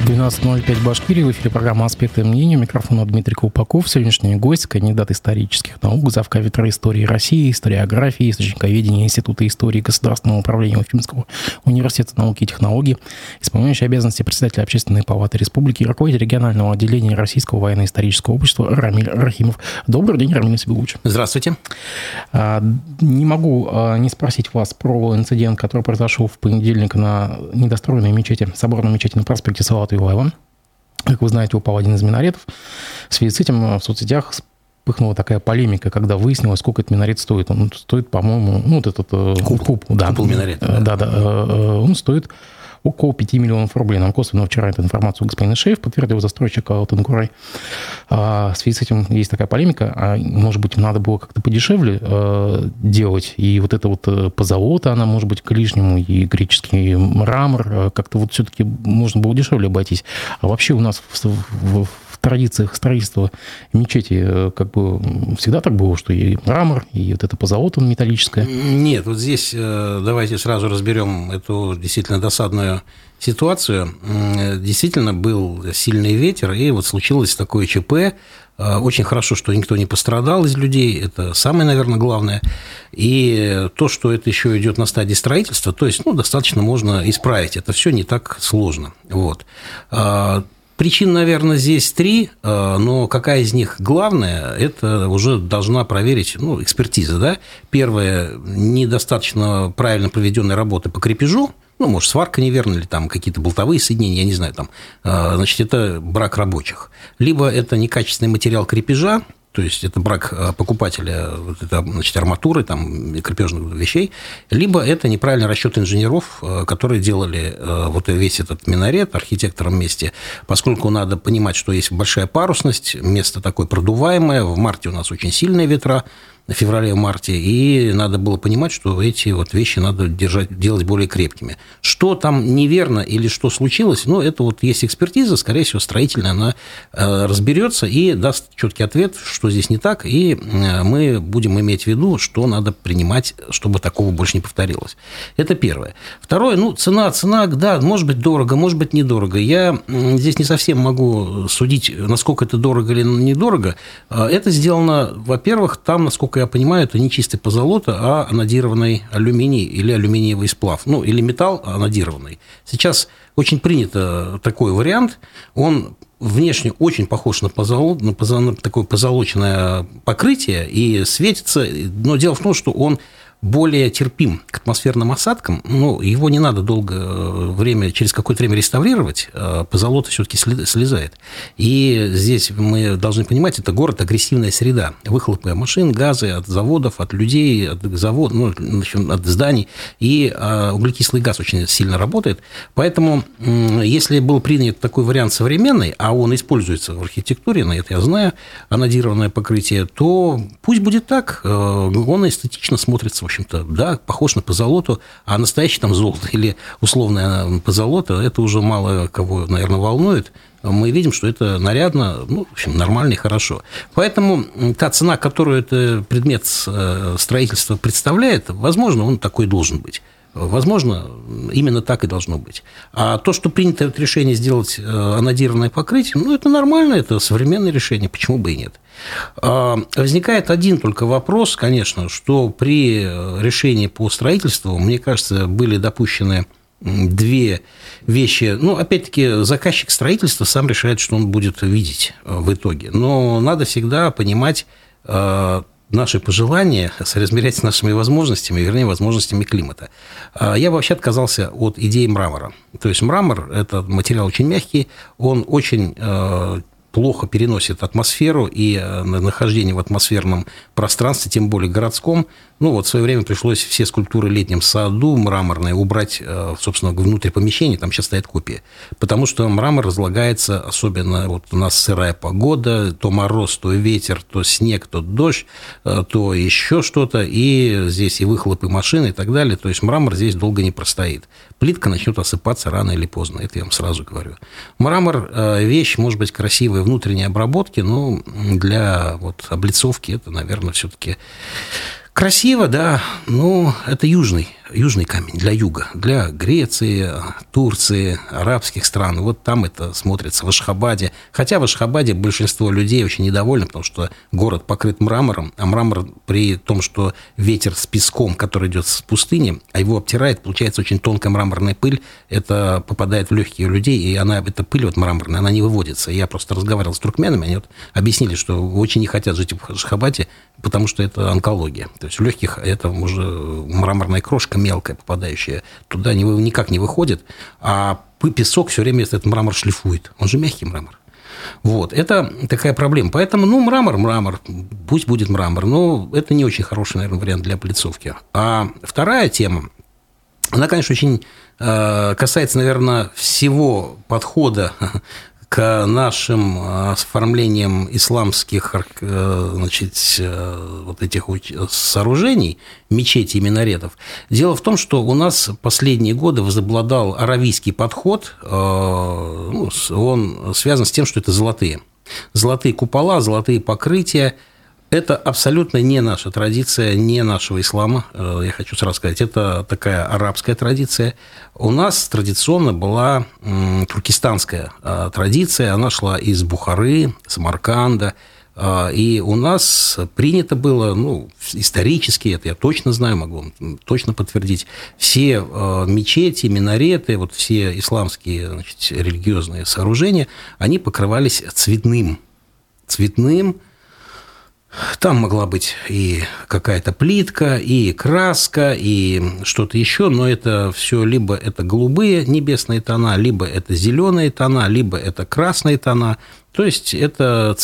12:05 Башкирии. В эфире программа «Аспекты мнения». Микрофон Дмитрий Колпаков. Сегодняшний гость – кандидат исторических наук, завкафедры истории России, историографии, источниковедения Института истории государственного управления Уфимского университета науки и технологий, исполняющий обязанности председателя Общественной палаты республики, руководитель регионального отделения Российского военно-исторического общества Рамиль Рахимов. Добрый день, Рамиль Насибулович. Здравствуйте. Не могу не спросить вас про инцидент, который произошел в понедельник на недостроенной мечети, соборной мечети на проспекте Салавата Юлаева. Как вы знаете, упал один из минаретов. В связи с этим в соцсетях вспыхнула такая полемика, когда выяснилось, сколько этот минарет стоит. Он стоит, по-моему, вот этот купол, да, купол минарета. Да. Он стоит около 5 миллионов рублей. Нам косвенно вчера эту информацию господин Ишеев подтвердил, застройщик Алтын Курай. В связи с этим есть такая полемика. Может быть, надо было как-то подешевле делать. И вот это вот позолота, она может быть к лишнему, и греческий мрамор. Как-то вот все-таки можно было дешевле обойтись. А вообще у нас в традициях строительства мечети как бы всегда так было, что и мрамор, и вот это позолота металлическая? Нет, вот здесь давайте сразу разберем эту действительно досадную ситуацию. Действительно был сильный ветер, и вот случилось такое ЧП. Очень хорошо, что никто не пострадал из людей, это самое, наверное, главное. И то, что это еще идет на стадии строительства, то есть, достаточно можно исправить. Это все не так сложно. Вот. Причин, наверное, здесь 3, но какая из них главная, это уже должна проверить экспертиза. Да? Первое, недостаточно правильно проведенная работа по крепежу, может, сварка неверна, или там какие-то болтовые соединения, я не знаю, значит, это брак рабочих. Либо это некачественный материал крепежа, то есть это брак покупателя арматуры, крепежных вещей, либо это неправильный расчет инженеров, которые делали весь этот минарет архитектором вместе, поскольку надо понимать, что есть большая парусность, место такое продуваемое, в марте у нас очень сильные ветра, в феврале-марте, и надо было понимать, что эти вещи надо делать более крепкими. Что там неверно или что случилось, это есть экспертиза, скорее всего, строительная, она разберется и даст четкий ответ, что здесь не так, и мы будем иметь в виду, что надо принимать, чтобы такого больше не повторилось. Это первое. Второе, цена, да, может быть дорого, может быть недорого. Я здесь не совсем могу судить, насколько это дорого или недорого. Это сделано, во-первых, там, насколько я понимаю, это не чистый позолота, а анодированный алюминий или алюминиевый сплав, или металл анодированный. Сейчас очень принято такой вариант, он внешне очень похож на такое позолоченное покрытие и светится, но дело в том, что он более терпим к атмосферным осадкам, его не надо через какое-то время реставрировать, позолота все-таки слезает. И здесь мы должны понимать, это город, агрессивная среда, выхлопы машин, газы от заводов, от людей, от заводов, от зданий, и углекислый газ очень сильно работает, поэтому если был принят такой вариант современный, а он используется в архитектуре, на это я знаю, анодированное покрытие, то пусть будет так, он эстетично смотрится, в общем-то, да, похож на позолоту, а настоящий золото или условное позолото, это уже мало кого, наверное, волнует. Мы видим, что это нарядно, в общем, нормально и хорошо. Поэтому та цена, которую этот предмет строительства представляет, возможно, он такой должен быть. Возможно, именно так и должно быть. А то, что принято решение сделать анодированное покрытие, это нормально, это современное решение, почему бы и нет. Возникает один только вопрос, конечно, что при решении по строительству, мне кажется, были допущены 2 вещи. Опять-таки, заказчик строительства сам решает, что он будет видеть в итоге. Но надо всегда понимать наши пожелания соразмерять с нашими возможностями, вернее, возможностями климата. Я вообще отказался от идеи мрамора. То есть мрамор – это материал очень мягкий, он очень плохо переносит атмосферу и нахождение в атмосферном пространстве, тем более городском. В свое время пришлось все скульптуры в летнем саду мраморные убрать, собственно, внутрь помещения, там сейчас стоят копии, потому что мрамор разлагается, особенно у нас сырая погода, то мороз, то ветер, то снег, то дождь, то еще что-то, и здесь и выхлопы машины и так далее, то есть мрамор здесь долго не простоит. Плитка начнет осыпаться рано или поздно, это я вам сразу говорю. Мрамор – вещь, может быть, красивой внутренней обработки, но для облицовки это, наверное, все-таки красиво, да, но это южный южный камень для юга, для Греции, Турции, арабских стран. Вот там это смотрится в Ашхабаде. Хотя в Ашхабаде большинство людей очень недовольны, потому что город покрыт мрамором, а мрамор при том, что ветер с песком, который идет с пустыни, а его обтирает, получается очень тонкая мраморная пыль, это попадает в легкие людей, и эта пыль вот мраморная, она не выводится. Я просто разговаривал с туркменами, они вот объяснили, что очень не хотят жить в Ашхабаде, потому что это онкология. То есть в легких это уже мраморная крошка мелкая, попадающая туда, никак не выходит, а песок все время этот мрамор шлифует. Он же мягкий мрамор. Вот, это такая проблема. Поэтому, мрамор, пусть будет мрамор, но это не очень хороший, наверное, вариант для облицовки. А вторая тема, она, конечно, очень касается, наверное, всего подхода к нашим оформлениям исламских, вот этих сооружений, мечетей и минаретов. Дело в том, что у нас последние годы возобладал аравийский подход, он связан с тем, что это золотые купола, золотые покрытия. Это абсолютно не наша традиция, не нашего ислама, я хочу сразу сказать, это такая арабская традиция. У нас традиционно была туркестанская традиция, она шла из Бухары, Самарканда, и у нас принято было, исторически, это я точно знаю, могу вам точно подтвердить, все мечети, минареты, вот все исламские, религиозные сооружения, они покрывались цветным. Там могла быть и какая-то плитка, и краска, и что-то еще, но это все либо это голубые небесные тона, либо это зеленые тона, либо это красные тона. То есть это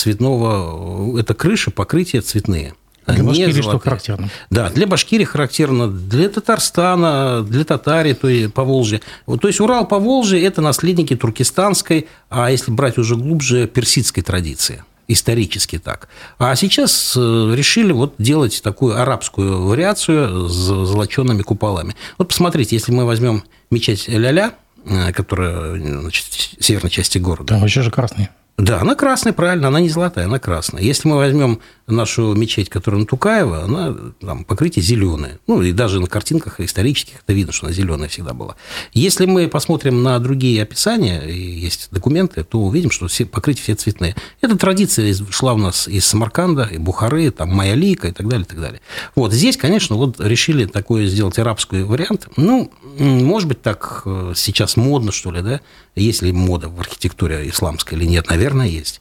это крыша, покрытия цветные. Для Башкирии что характерно? Да, для Башкирии характерно, для Татарстана, для Татарии, то есть Поволжья. То есть Урал, Поволжье – это наследники туркестанской, а если брать уже глубже, персидской традиции. Исторически так. А сейчас решили делать такую арабскую вариацию с золочеными куполами. Вот посмотрите, если мы возьмем мечеть Ля-Ля, которая в северной части города. Там вообще же красный. Да, она красная, правильно, она не золотая, она красная. Если мы возьмем нашу мечеть, которая на Тукаева, она там покрытие зеленое. И даже на картинках исторических это видно, что она зеленая всегда была. Если мы посмотрим на другие описания, и есть документы, то увидим, что покрытия все цветные. Эта традиция шла у нас из Самарканда, и Бухары, там Майя-Лика и так далее, и так далее. Вот здесь, конечно, решили такое сделать арабский вариант. Может быть, так сейчас модно, что ли, да? Есть ли мода в архитектуре исламской или нет? Наверное, есть.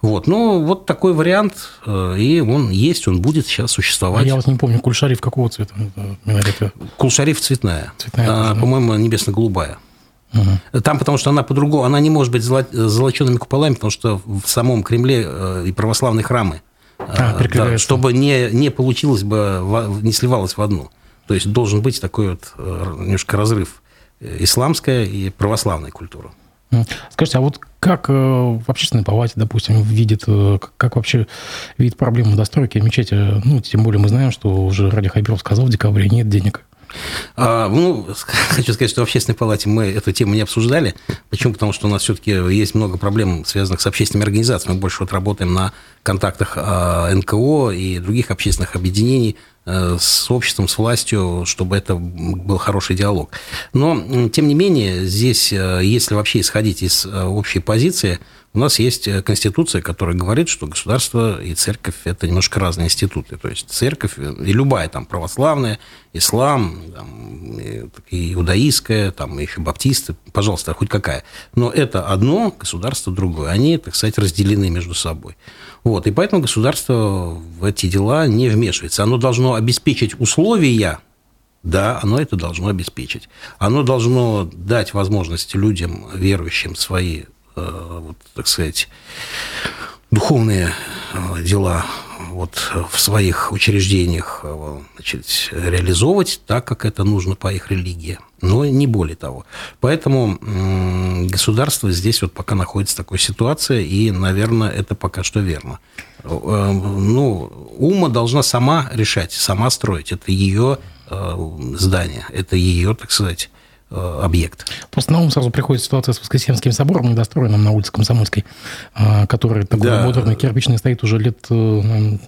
Вот такой вариант, и он есть, он будет сейчас существовать. Я не помню, Куль-Шариф какого цвета минарета? Куль-Шариф цветная по-моему, небесно-голубая. Угу. Там, потому что она по-другому, она не может быть с золочеными куполами, потому что в самом Кремле и православные храмы, чтобы не получилось бы, не сливалось в одну. То есть должен быть такой немножко разрыв исламская и православная культура. Скажите, а как в общественной палате, допустим, как вообще видит проблему достройки мечети? Тем более мы знаем, что уже Ради Хабиров сказал, в декабре нет денег. Хочу сказать, что в общественной палате мы эту тему не обсуждали. Почему? Потому что у нас все-таки есть много проблем, связанных с общественными организациями. Мы больше работаем на контактах НКО и других общественных объединений с обществом, с властью, чтобы это был хороший диалог. Но, тем не менее, здесь, если вообще исходить из общей позиции, у нас есть Конституция, которая говорит, что государство и церковь – это немножко разные институты. То есть церковь и любая там православная, ислам, и иудаистская, там еще баптисты, пожалуйста, хоть какая. Но это одно, государство другое. Они, так сказать, разделены между собой. И поэтому государство в эти дела не вмешивается. Оно должно обеспечить условия, да, оно это должно обеспечить. Оно должно дать возможность людям, верующим, свои, так сказать, духовные дела в своих учреждениях реализовывать так, как это нужно по их религии, но не более того. Поэтому государство здесь пока находится в такой ситуации, и, наверное, это пока что верно. Ума должна сама решать, сама строить. Это ее здание, это ее, так сказать, объект. Просто на ум сразу приходит ситуация с Воскресенским собором, недостроенным на улице Комсомольской, который такой модерный, кирпичный, стоит уже лет 10,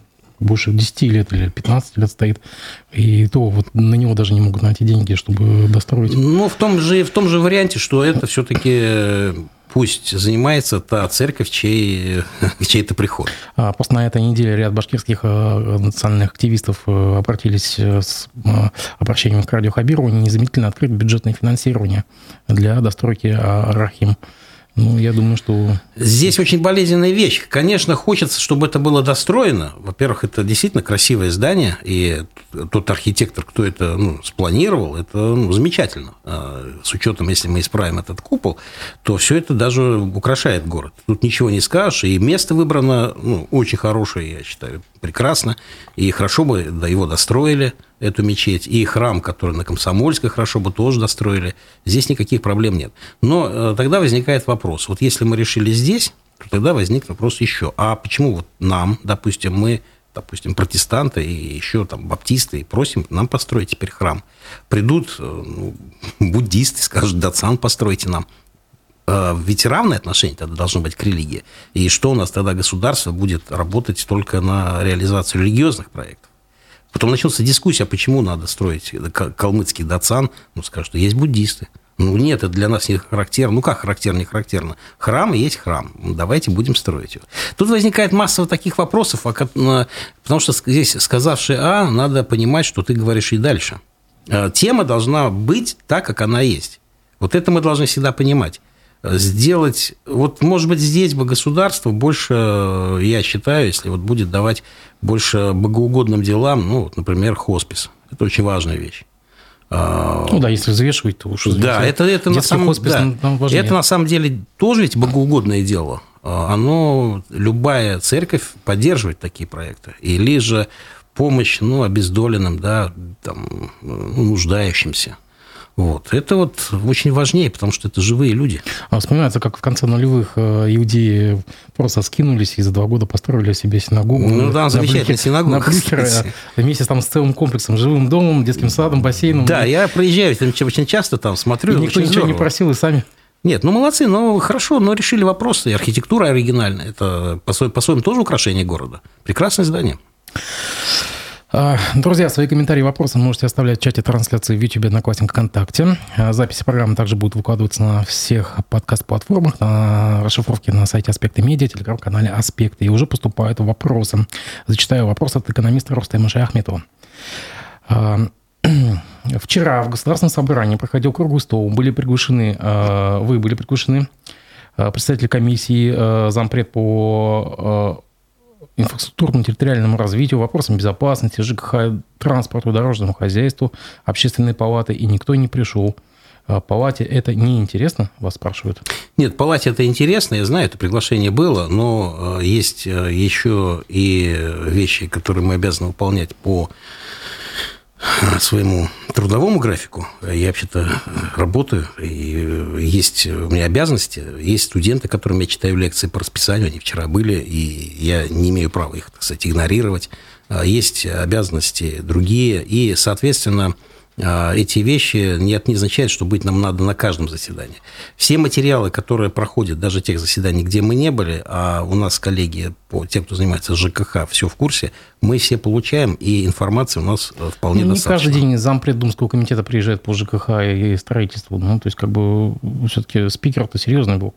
больше 10 лет или 15 лет стоит, и то вот на него даже не могут найти деньги, чтобы достроить. Ну, в том же варианте, что это все-таки пусть занимается та церковь, чей-то приход. Просто на этой неделе ряд башкирских национальных активистов обратились с обращением к Радио Хабирову незамедлительно открыть бюджетное финансирование для достройки Ар-Рахим. Ну, я думаю, что... Здесь очень болезненная вещь. Конечно, хочется, чтобы это было достроено. Во-первых, это действительно красивое здание, и тот архитектор, кто это спланировал, это замечательно. С учетом, если мы исправим этот купол, то все это даже украшает город. Тут ничего не скажешь, и место выбрано очень хорошее, я считаю, прекрасно, и хорошо бы его достроили, эту мечеть, и храм, который на Комсомольской, хорошо бы тоже достроили. Здесь никаких проблем нет. Но тогда возникает вопрос. Вот если мы решили здесь, то тогда возник вопрос еще. А почему вот нам, допустим, мы, протестанты и еще там баптисты, и просим нам построить теперь храм? Придут буддисты, скажут: дацан, постройте нам. Ведь равное отношение тогда должно быть к религии. И что у нас тогда государство будет работать только на реализацию религиозных проектов? Потом начнется дискуссия, почему надо строить калмыцкий дацан. Скажут, что есть буддисты. Нет, это для нас не характерно. Как характерно, не характерно? Храм и есть храм. Давайте будем строить его. Тут возникает масса таких вопросов, потому что здесь, сказавши А, надо понимать, что ты говоришь и дальше. Тема должна быть так, как она есть. Вот это мы должны всегда понимать. Сделать, может быть, здесь бы государство больше, я считаю, если будет давать больше богоугодным делам, например, хоспис. Это очень важная вещь. Если взвешивать, то уж... Да, это на самом деле тоже ведь богоугодное дело. Любая церковь поддерживает такие проекты. Или же помощь обездоленным, нуждающимся. Это очень важнее, потому что это живые люди. Вспоминается, как в конце нулевых иудеи просто скинулись и за 2 года построили себе синагогу. Замечательная синагога. На Блюхере, вместе с целым комплексом, живым домом, детским садом, бассейном. Да, я проезжаю очень часто там, смотрю. И никто ничего не просил, и сами. Нет, молодцы, хорошо, решили вопросы. И архитектура оригинальная. Это по-своему тоже украшение города. Прекрасное здание. Друзья, свои комментарии и вопросы можете оставлять в чате трансляции в YouTube, Одноклассниках, ВКонтакте. Записи программы также будут выкладываться на всех подкаст-платформах, на расшифровке на сайте «Аспекты Медиа», телеграм-канале «Аспекты». И уже поступают вопросы. Зачитаю вопрос от экономиста Рустема Шаяхметова. Вчера в Государственном собрании проходил круглый стол. Вы были приглашены, представители комиссии, зампред по инфраструктурному территориальному развитию, вопросам безопасности, ЖКХ, транспорту, дорожному хозяйству, общественной палаты, и никто не пришел. Палате это не интересно, вас спрашивают? Нет, палате это интересно, я знаю, это приглашение было, но есть еще и вещи, которые мы обязаны выполнять по своему трудовому графику. Я вообще-то работаю, и есть у меня обязанности. Есть студенты, которым я читаю лекции по расписанию, они вчера были, и я не имею права их, игнорировать. Есть обязанности другие, и, соответственно, эти вещи не означают, что быть нам надо на каждом заседании. Все материалы, которые проходят, даже тех заседаний, где мы не были, а у нас коллеги, те, кто занимается ЖКХ, все в курсе, мы все получаем, и информации у нас вполне достаточно. Не каждый день зампред Думского комитета приезжает по ЖКХ и строительству. Все-таки спикер-то серьезный был.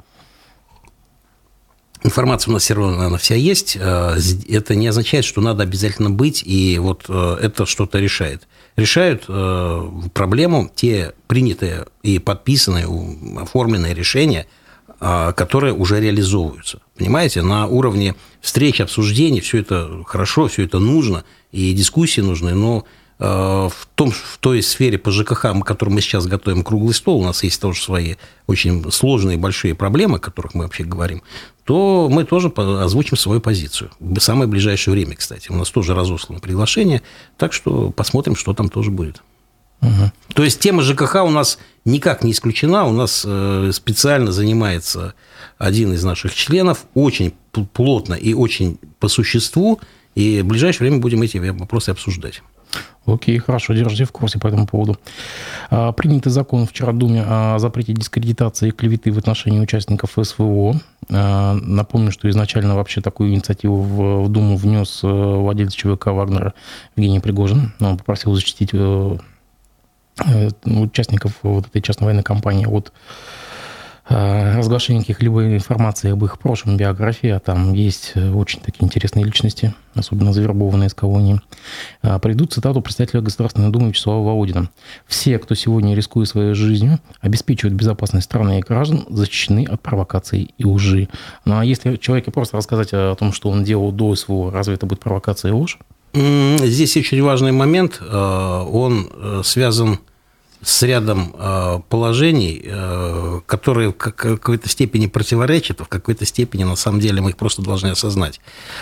Информация у нас все равно, она вся есть. Это не означает, что надо обязательно быть, и это что-то решает. Решают проблему те принятые и подписанные, оформленные решения, которые уже реализовываются. Понимаете, на уровне встреч, обсуждений все это хорошо, все это нужно, и дискуссии нужны, но в той сфере по ЖКХ, о которой мы сейчас готовим круглый стол, у нас есть тоже свои очень сложные большие проблемы, о которых мы вообще говорим, то мы тоже озвучим свою позицию. В самое ближайшее время, кстати. У нас тоже разослано приглашение, так что посмотрим, что там тоже будет. Угу. То есть тема ЖКХ у нас никак не исключена. У нас специально занимается один из наших членов очень плотно и очень по существу, и в ближайшее время будем эти вопросы обсуждать. Окей, хорошо, держите в курсе по этому поводу. Принятый закон вчера в Думе о запрете дискредитации и клеветы в отношении участников СВО. Напомню, что изначально вообще такую инициативу в Думу внес владелец ЧВК «Вагнера» Евгений Пригожин. Он попросил защитить участников вот этой частной военной кампании от разглашения каких-либо информации об их прошлом, биографии, а там есть очень такие интересные личности, особенно завербованные из колонии. Приведу цитату представителя Государственной Думы Вячеслава Володина. «Все, кто сегодня, рискуя своей жизнью, обеспечивают безопасность страны и граждан, защищены от провокаций и лжи». Ну а если человеку просто рассказать о том, что он делал до СВО, разве это будет провокация и ложь? Здесь очень важный момент. Он связан с рядом положений, которые в какой-то степени противоречат, а в какой-то степени, на самом деле, мы их просто должны осознать.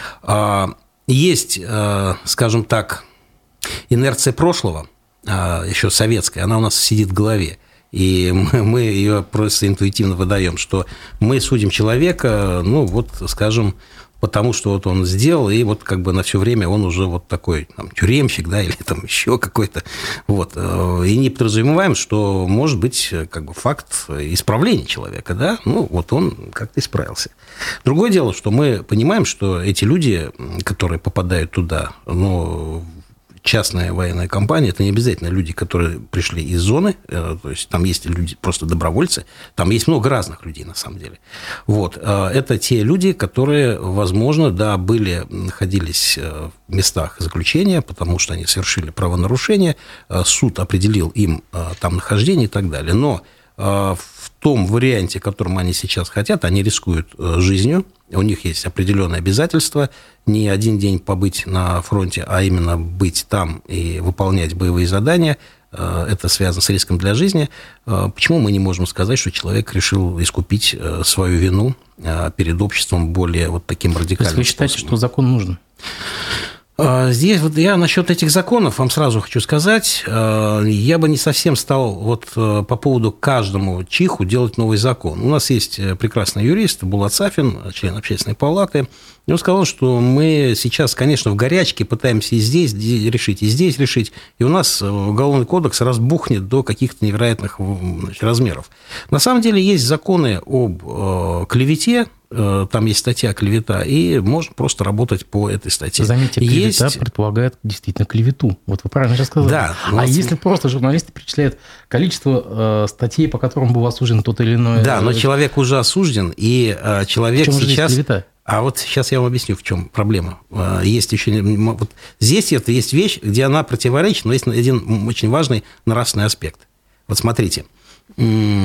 Есть, скажем так, инерция прошлого, еще советская, она у нас сидит в голове. И мы ее просто интуитивно выдаем, что мы судим человека, ну, вот, скажем, потому что вот он сделал, и вот как бы на все время он уже вот такой там, тюремщик, да, или там еще какой-то. Вот. И не подразумеваем, что может быть как бы факт исправления человека, да, ну, вот он как-то исправился. Другое дело, что мы понимаем, что эти люди, которые попадают туда, ну, частная военная компания, это не обязательно люди, которые пришли из зоны, то есть там есть люди, просто добровольцы, там есть много разных людей на самом деле. Вот. Это те люди, которые, возможно, да, находились в местах заключения, потому что они совершили правонарушение, суд определил им там нахождение и так далее. Но в том варианте, которым они сейчас хотят, они рискуют жизнью, у них есть определенные обязательства, не один день побыть на фронте, а именно быть там и выполнять боевые задания. Это связано с риском для жизни. Почему мы не можем сказать, что человек решил искупить свою вину перед обществом более вот таким радикальным способом? То есть вы считаете, что закон нужен? Здесь вот я насчет этих законов вам сразу хочу сказать, я бы не совсем стал вот по поводу каждому чиху делать новый закон. У нас есть прекрасный юрист Булат Сафин, член Общественной палаты, и он сказал, что мы сейчас, конечно, в горячке пытаемся и здесь решить, и здесь решить, и у нас Уголовный кодекс разбухнет до каких-то невероятных размеров. На самом деле есть законы об клевете, там есть статья «Клевета», и можно просто работать по этой статье. Заметьте, клевета предполагает действительно клевету. Вот вы правильно сейчас сказали. Да. Если просто журналисты перечисляют количество статей, по которым был осужден тот или иной... Да, но человек уже осужден, и человек сейчас... Здесь клевета? А вот сейчас я вам объясню, в чем проблема. Есть еще... Вот здесь это есть вещь, где она противоречит, но есть один очень важный нравственный аспект. Вот смотрите. В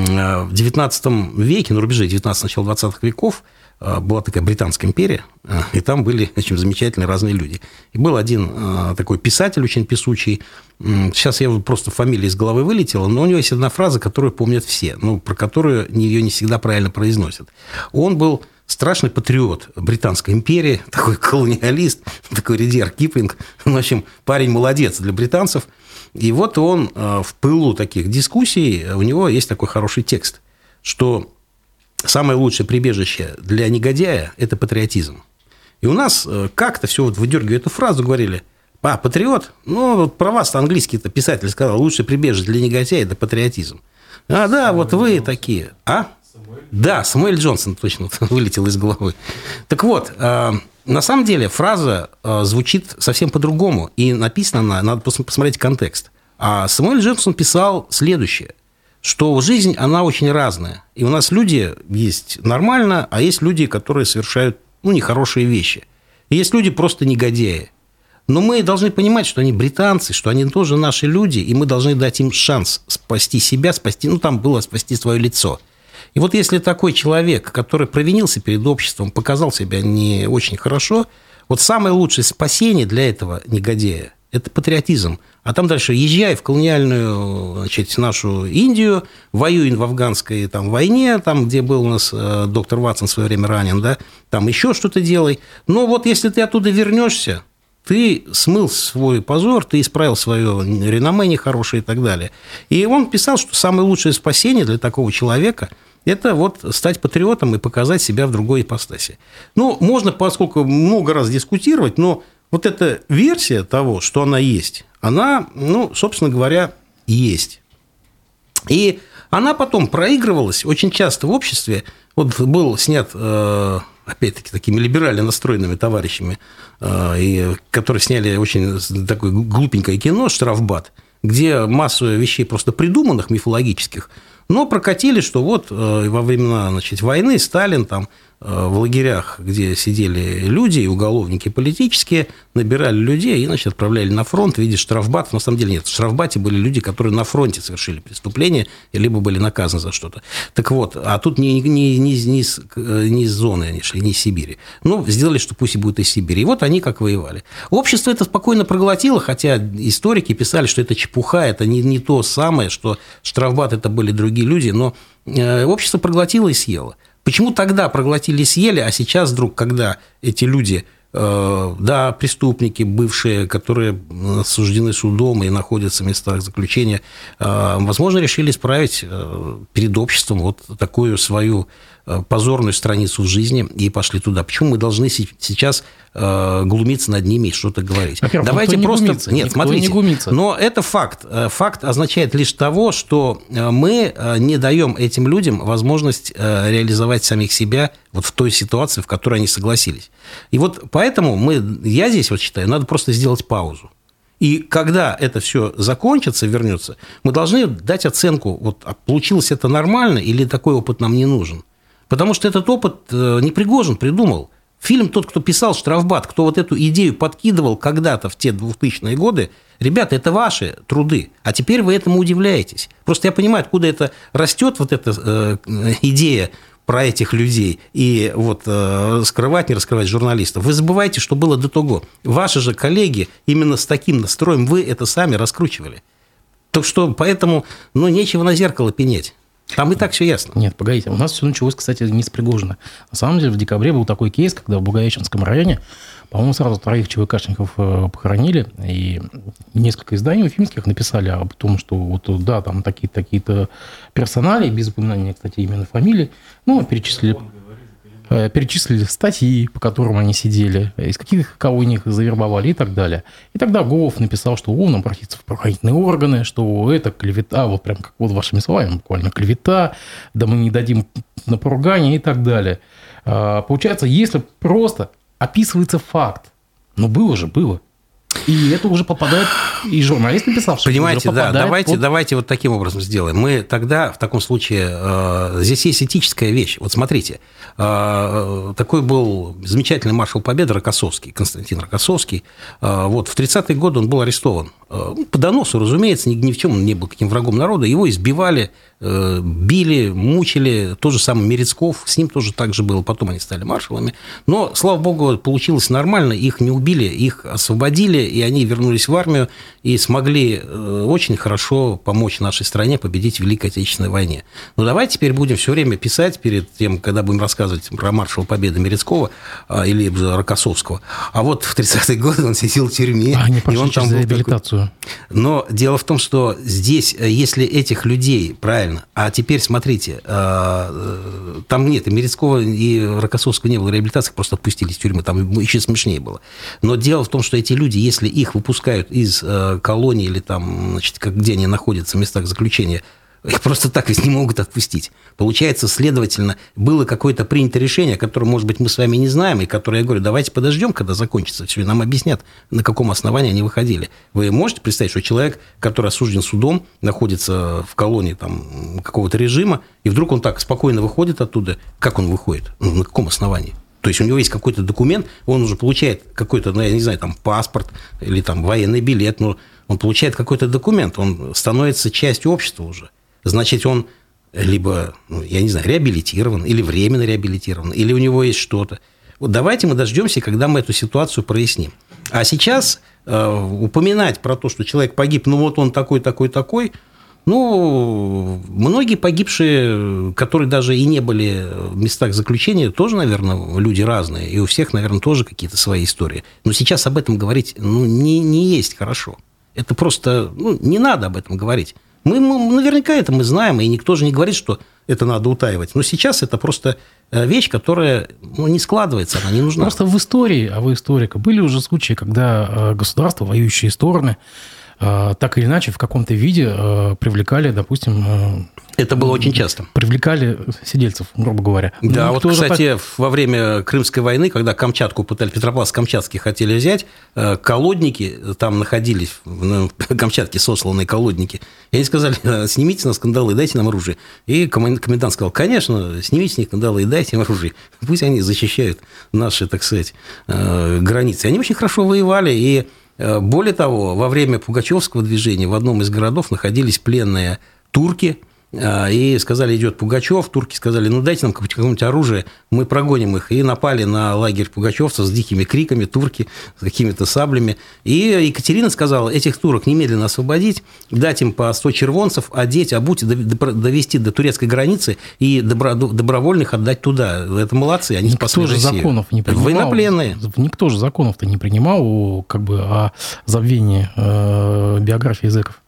XIX веке, на рубеже 19 начала 20-х веков, была такая Британская империя, и там были очень замечательные разные люди. И был один такой писатель, очень писучий, сейчас я просто фамилия из головы вылетела, но у него есть одна фраза, которую помнят все, ну, про которую ее не всегда правильно произносят. Он был страшный патриот Британской империи, такой колониалист, такой Редиард Киплинг, в общем, парень молодец для британцев. И вот он в пылу таких дискуссий, у него есть такой хороший текст, что самое лучшее прибежище для негодяя – это патриотизм. И у нас как-то все вот выдергивая эту фразу, говорили: патриот? Ну, вот про вас английский-то писатель сказал, лучшее прибежище для негодяя – это патриотизм. А, да, Самуэль вот вы Джонсон. Такие. А? Да, Самуэль Джонсон точно вылетел из головы. Так вот, на самом деле фраза звучит совсем по-другому, и написана она, надо посмотреть контекст. А Самуэль Джонсон писал следующее, что жизнь, она очень разная, и у нас люди есть нормально, а есть люди, которые совершают, ну, нехорошие вещи. И есть люди просто негодяи. Но мы должны понимать, что они британцы, что они тоже наши люди, и мы должны дать им шанс спасти себя, спасти, ну, там было спасти свое лицо. И вот если такой человек, который провинился перед обществом, показал себя не очень хорошо, вот самое лучшее спасение для этого негодяя – это патриотизм. А там дальше езжай в колониальную, значит, нашу Индию, воюй в афганской там, войне, там, где был у нас доктор Ватсон в свое время ранен, да, там еще что-то делай. Но вот если ты оттуда вернешься, ты смыл свой позор, ты исправил свое реноме нехорошее и так далее. И он писал, что самое лучшее спасение для такого человека – это вот стать патриотом и показать себя в другой ипостаси. Ну, можно, поскольку много раз дискутировать, но вот эта версия того, что она есть, она, ну, собственно говоря, есть. И она потом проигрывалась очень часто в обществе. Вот был снят, опять-таки, такими либерально настроенными товарищами, которые сняли очень такое глупенькое кино «Штрафбат», где массу вещей просто придуманных, мифологических, но прокатили, что вот во времена, значит, войны Сталин там в лагерях, где сидели люди, и уголовники политические, набирали людей и, значит, отправляли на фронт в виде штрафбатов. На самом деле нет, в штрафбате были люди, которые на фронте совершили преступление, либо были наказаны за что-то. Так вот, а тут не из зоны они шли, не из Сибири. Ну, сделали, что пусть и будет из Сибири. И вот они как воевали. Общество это спокойно проглотило, хотя историки писали, что это чепуха, это не то самое, что штрафбат это были другие люди, но общество проглотило и съело. Почему тогда проглотили и съели, а сейчас вдруг, когда эти люди, да, преступники бывшие, которые осуждены судом и находятся в местах заключения, возможно, решили исправить перед обществом вот такую свою позорную страницу в жизни и пошли туда. Почему мы должны сейчас глумиться над ними и что-то говорить? Давайте просто... Глумится, нет, смотрите, не но это факт. Факт означает лишь того, что мы не даем этим людям возможность реализовать самих себя вот в той ситуации, в которой они согласились. И вот поэтому я здесь вот считаю, надо просто сделать паузу. И когда это все закончится, вернется, мы должны дать оценку, вот, получилось это нормально или такой опыт нам не нужен. Потому что этот опыт не Пригожин придумал. Фильм «Тот, кто писал «Штрафбат», кто вот эту идею подкидывал когда-то в те 2000-е годы, ребята, это ваши труды, а теперь вы этому удивляетесь. Просто я понимаю, откуда это растет, вот эта идея про этих людей, и вот скрывать, не раскрывать журналистов. Вы забываете, что было до того. Ваши же коллеги именно с таким настроем, вы это сами раскручивали. Так что поэтому, нечего на зеркало пенять. Там и так все ясно. Нет, погодите, у нас все началось, кстати, не с Пригожина. На самом деле, в декабре был такой кейс, когда в Благовещенском районе, по-моему, сразу 3 ЧВКшников похоронили, и несколько изданий уфимских написали о том, что вот, да, там такие-то персонали, без упоминания, кстати, именно фамилии, перечислили статьи, по которым они сидели, из кого них завербовали и так далее. И тогда Голов написал, что он обратится в правоохранительные органы, что это клевета, вот прям как вот вашими словами, буквально клевета, да мы не дадим на поругание и так далее. Получается, если просто описывается факт, было. И это уже попадает, и журналист написал, что понимаете, это уже попадает. Да, давайте вот таким образом сделаем. Мы тогда, в таком случае, здесь есть этическая вещь. Вот смотрите, такой был замечательный маршал Победы Рокоссовский, Константин Рокоссовский. Вот, в 30-е годы он был арестован. По доносу, разумеется, ни в чем он не был каким врагом народа. Его избивали, били, мучили. То же самое Мерецков, с ним тоже так же было. Потом они стали маршалами. Но, слава богу, получилось нормально. Их не убили, их освободили, и они вернулись в армию и смогли очень хорошо помочь нашей стране победить в Великой Отечественной войне. Но давайте теперь будем все время писать перед тем, когда будем рассказывать про маршала Победы Мерецкого или Рокоссовского. А вот в 30-е годы он сидел в тюрьме. Они пошли через реабилитацию. Но дело в том, что здесь, если этих людей, правильно, а теперь смотрите, там нет, и Мерецкого, и Рокоссовского не было реабилитации, просто отпустили из тюрьмы, там еще смешнее было. Но дело в том, что эти люди, если их выпускают из колонии или там, значит, где они находятся, в местах заключения, их просто так ведь не могут отпустить. Получается, следовательно, было какое-то принято решение, которое, может быть, мы с вами не знаем, и которое, я говорю, давайте подождем, когда закончится все, и нам объяснят, на каком основании они выходили. Вы можете представить, что человек, который осужден судом, находится в колонии там, какого-то режима, и вдруг он так спокойно выходит оттуда? Как он выходит? На каком основании? То есть у него есть какой-то документ, он уже получает какой-то, я не знаю, там, паспорт или там военный билет, но он получает какой-то документ, он становится частью общества уже. Значит, он либо, я не знаю, реабилитирован, или временно реабилитирован, или у него есть что-то. Вот давайте мы дождемся, когда мы эту ситуацию проясним. А сейчас упоминать про то, что человек погиб, вот он такой, многие погибшие, которые даже и не были в местах заключения, тоже, наверное, люди разные, и у всех, наверное, тоже какие-то свои истории. Но сейчас об этом говорить, не есть хорошо. Это просто, не надо об этом говорить. Мы наверняка это мы знаем, и никто же не говорит, что это надо утаивать. Но сейчас это просто вещь, которая не складывается, она не нужна. Просто в истории, а вы историка, были уже случаи, когда государства, воюющие стороны, так или иначе в каком-то виде привлекали, допустим... Это было очень часто. Привлекали сидельцев, грубо говоря. Да, вот, кстати, во время Крымской войны, когда Камчатку пытались, Петропавловск-Камчатский хотели взять, колодники там находились, на Камчатке сосланные колодники, и они сказали: снимите с нас кандалы, дайте нам оружие. И комендант сказал: конечно, снимите с них кандалы и дайте им оружие. Пусть они защищают наши, так сказать, границы. Они очень хорошо воевали, и более того, во время Пугачевского движения в одном из городов находились пленные турки, и сказали: идет Пугачев. Турки сказали: ну, дайте нам какое-нибудь оружие, мы прогоним их. И напали на лагерь пугачевцев с дикими криками, турки с какими-то саблями. И Екатерина сказала: этих турок немедленно освободить, дать им по 100 червонцев, одеть, обуть, довести до турецкой границы и добровольных отдать туда. Это молодцы, они спасли Россию. Никто же законов не принимал. Военнопленные. Никто же законов-то не принимал как бы о забвении биографии зэков.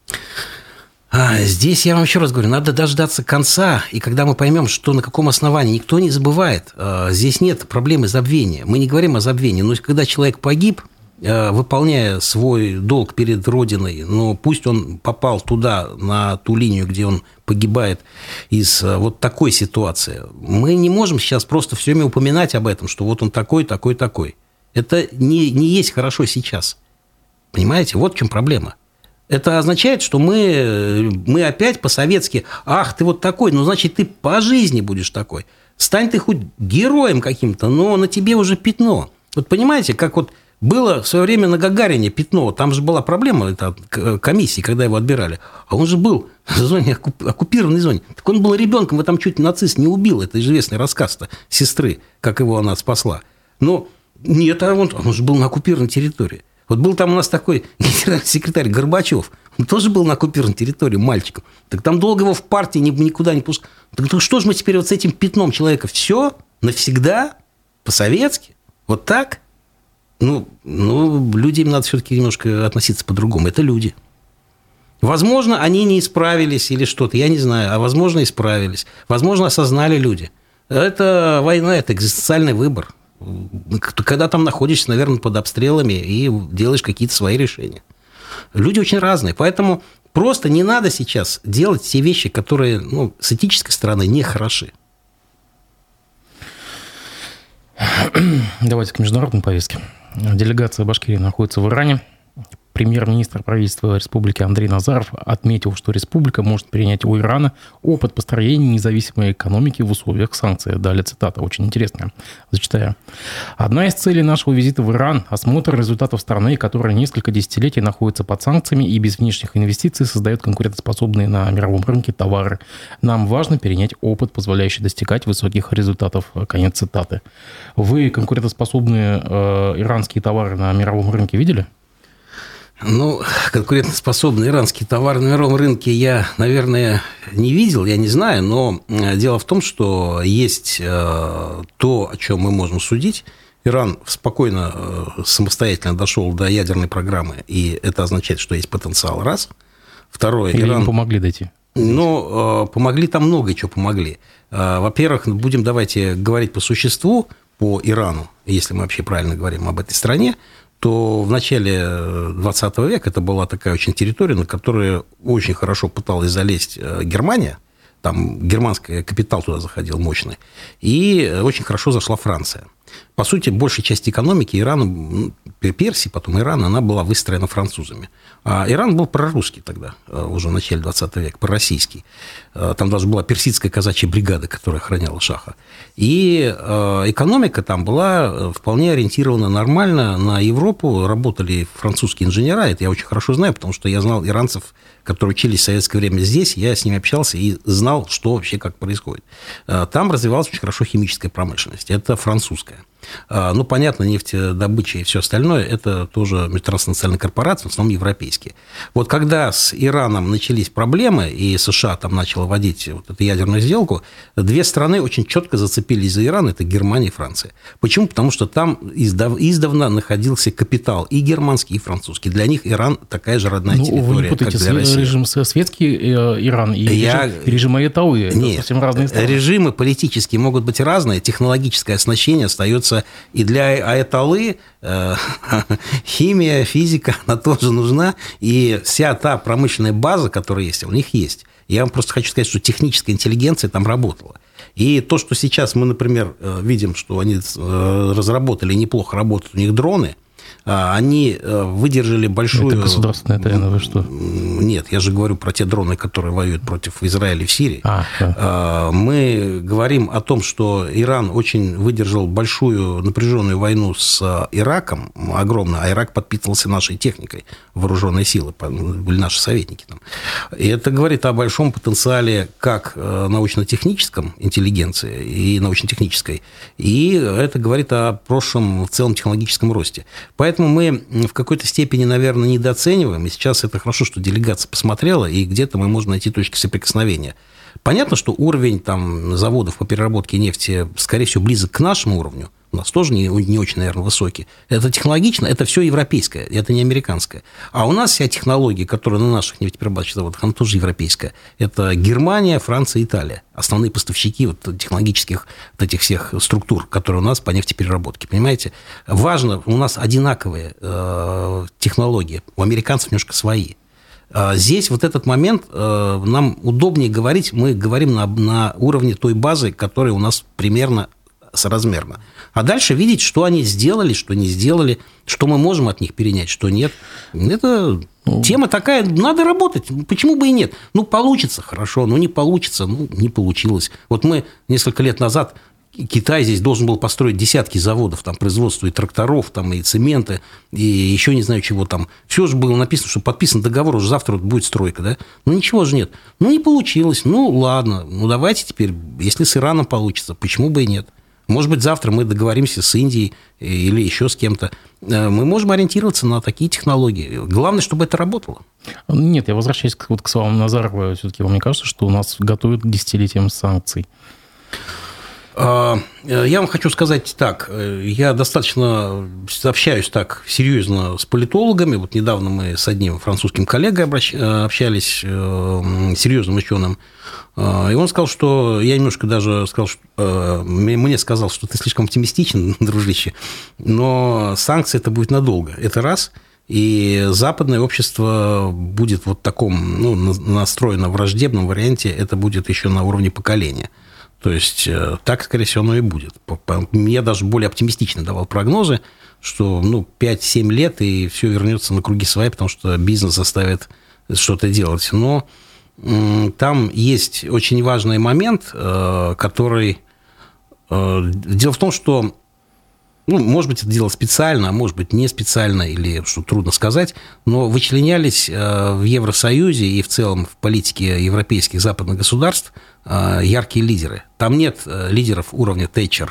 Здесь я вам еще раз говорю, надо дождаться конца, и когда мы поймем, что на каком основании, никто не забывает, здесь нет проблемы забвения. Мы не говорим о забвении, но когда человек погиб, выполняя свой долг перед Родиной, но пусть он попал туда, на ту линию, где он погибает из вот такой ситуации, мы не можем сейчас просто все время упоминать об этом, что вот он такой, такой, такой. Это не есть хорошо сейчас. Понимаете? Вот в чем проблема. Это означает, что мы опять по-советски: ах, ты вот такой, ну, значит, ты по жизни будешь такой. Стань ты хоть героем каким-то, но на тебе уже пятно. Вот понимаете, как вот было в свое время на Гагарине пятно, там же была проблема это, комиссии, когда его отбирали, а он же был в зоне, оккупированной зоне. Так он был ребенком, его там чуть нацист не убил, это известный рассказ-то сестры, как его она спасла. Но нет, он же был на оккупированной территории. Вот был там у нас такой генеральный секретарь Горбачев, он тоже был на оккупированной территории мальчиком. Так там долго его в партии никуда не пускали. Так что же мы теперь вот с этим пятном человека? Все? Навсегда? По-советски? Вот так? Ну, людям надо все-таки немножко относиться по-другому. Это люди. Возможно, они не исправились или что-то, я не знаю. А возможно, исправились. Возможно, осознали люди. Это война, это экзистенциальный выбор. Когда там находишься, наверное, под обстрелами и делаешь какие-то свои решения. Люди очень разные, поэтому просто не надо сейчас делать все вещи, которые с этической стороны не хороши. Давайте к международной повестке. Делегация Башкирии находится в Иране. Премьер-министр правительства республики Андрей Назаров отметил, что республика может перенять у Ирана опыт построения независимой экономики в условиях санкций. Далее цитата, очень интересная, зачитаю. «Одна из целей нашего визита в Иран – осмотр результатов страны, которая несколько десятилетий находится под санкциями и без внешних инвестиций создает конкурентоспособные на мировом рынке товары. Нам важно перенять опыт, позволяющий достигать высоких результатов». Конец цитаты. Вы конкурентоспособные иранские товары на мировом рынке видели? Конкурентоспособный иранский товар на мировом рынке я, наверное, не видел, я не знаю, но дело в том, что есть то, о чем мы можем судить. Иран спокойно, самостоятельно дошел до ядерной программы, и это означает, что есть потенциал, раз. Второе, Или им помогли дойти? Помогли там много чего помогли. Во-первых, давайте говорить по существу, по Ирану, если мы вообще правильно говорим об этой стране, то в начале 20 века это была такая очень территория, на которую очень хорошо пыталась залезть Германия, там германский капитал туда заходил мощный, и очень хорошо зашла Франция. По сути, большая часть экономики Ирана, Персии, потом Ирана, она была выстроена французами. А Иран был прорусский тогда, уже в начале 20 века, пророссийский. Там даже была персидская казачья бригада, которая охраняла шаха. И экономика там была вполне ориентирована нормально на Европу. Работали французские инженера, это я очень хорошо знаю, потому что я знал иранцев, которые учились в советское время здесь, я с ними общался и знал, что вообще как происходит. Там развивалась очень хорошо химическая промышленность, это французская. Понятно, нефтедобыча и все остальное, это тоже транснациональные корпорации, в основном европейские. Вот когда с Ираном начались проблемы, и США там начала вводить вот эту ядерную сделку, две страны очень четко зацепились за Иран, это Германия и Франция. Почему? Потому что там издавна находился капитал и германский, и французский. Для них Иран такая же родная территория, как для России. Режим светский Иран и режим аятоллы. Это совсем разные страны. Режимы политические могут быть разные, технологическое оснащение остается что и для Аятоллы химия, физика, она тоже нужна, и вся та промышленная база, которая есть, у них есть. Я вам просто хочу сказать, что техническая интеллигенция там работала. И то, что сейчас мы, например, видим, что они разработали, неплохо работают у них дроны, они выдержали большую... Это государственная тайна, вы что? Нет, я же говорю про те дроны, которые воюют против Израиля в Сирии. Да. Мы говорим о том, что Иран очень выдержал большую напряженную войну с Ираком, огромно, а Ирак подпитывался нашей техникой, вооруженные силы, были наши советники там. И это говорит о большом потенциале как научно-техническом интеллигенции и научно-технической, и это говорит о прошлом в целом технологическом росте. Поэтому мы в какой-то степени, наверное, недооцениваем, и сейчас это хорошо, что делегация посмотрела, и где-то мы можем найти точки соприкосновения. Понятно, что уровень там, заводов по переработке нефти, скорее всего, близок к нашему уровню, у нас тоже не очень, наверное, высокий. Это технологично, это все европейское, это не американское. А у нас вся технология, которая на наших нефтеперерабатывающих заводах, она тоже европейская. Это Германия, Франция, Италия. Основные поставщики вот технологических вот этих всех структур, которые у нас по нефтепереработке. Понимаете? Важно, у нас одинаковые технологии, у американцев немножко свои. Здесь вот этот момент нам удобнее говорить, мы говорим на уровне той базы, которая у нас примерно соразмерно. А дальше видеть, что они сделали, что не сделали, что мы можем от них перенять, что нет. Это тема такая, надо работать, почему бы и нет? Ну, получится, хорошо, но не получится, не получилось. Вот мы несколько лет назад, Китай здесь должен был построить десятки заводов, там, производства и тракторов, там, и цемента, и еще не знаю чего там. Все же было написано, что подписан договор, уже завтра вот будет стройка, да? Ну, ничего же нет. Ну, не получилось, ну, ладно, давайте теперь, если с Ираном получится, почему бы и нет? Может быть, завтра мы договоримся с Индией или еще с кем-то. Мы можем ориентироваться на такие технологии. Главное, чтобы это работало. Нет, я возвращаюсь к словам Назарова. Все-таки вам не кажется, что у нас готовят к десятилетиям санкций? Я вам хочу сказать так. Я достаточно общаюсь так серьезно с политологами. Вот недавно мы с одним французским коллегой общались, серьезным ученым. И он сказал, что... Я немножко даже сказал, что... Мне сказал, что ты слишком оптимистичен, дружище, но санкции это будет надолго. Это раз. И западное общество будет вот в таком, настроено в враждебном варианте. Это будет еще на уровне поколения. То есть, так, скорее всего, оно и будет. Я даже более оптимистично давал прогнозы, что 5-7 лет, и все вернется на круги своя, потому что бизнес заставит что-то делать. Но там есть очень важный момент, который... Дело в том, что, может быть, это дело специально, а может быть, не специально, или что трудно сказать, но вычленялись в Евросоюзе и в целом в политике европейских западных государств яркие лидеры. Там нет лидеров уровня Тэтчер,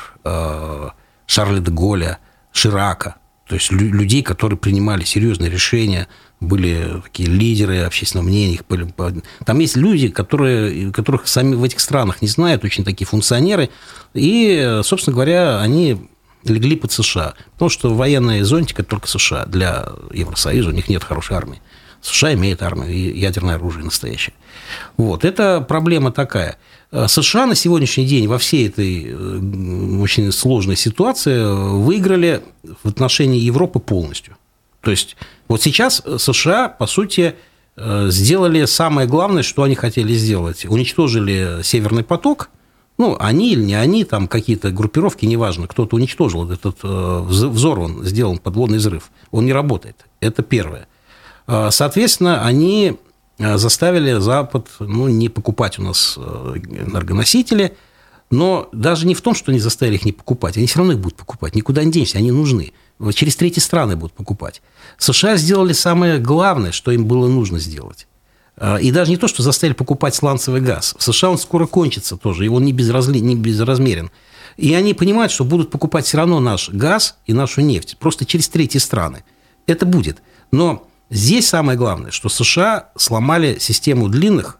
Шарля де Голля, Ширака, то есть людей, которые принимали серьезные решения, были такие лидеры общественного мнения. Там есть люди, которых сами в этих странах не знают, очень такие функционеры, и, собственно говоря, они легли под США, потому что военная зонтика только США. Для Евросоюза у них нет хорошей армии. США имеет армию и ядерное оружие настоящее. Вот. Это проблема такая. США на сегодняшний день во всей этой очень сложной ситуации выиграли в отношении Европы полностью. То есть, вот сейчас США, по сути, сделали самое главное, что они хотели сделать. Уничтожили Северный поток. Они или не они, там какие-то группировки, неважно, кто-то уничтожил этот взорван, сделан подводный взрыв. Он не работает. Это первое. Соответственно, они заставили Запад не покупать у нас энергоносители, но даже не в том, что они заставили их не покупать, они все равно их будут покупать, никуда не денешься, они нужны. Через третьи страны будут покупать. США сделали самое главное, что им было нужно сделать. И даже не то, что заставили покупать сланцевый газ. В США он скоро кончится тоже, и он не безразмерен. И они понимают, что будут покупать все равно наш газ и нашу нефть, просто через третьи страны. Это будет. Но здесь самое главное, что США сломали систему длинных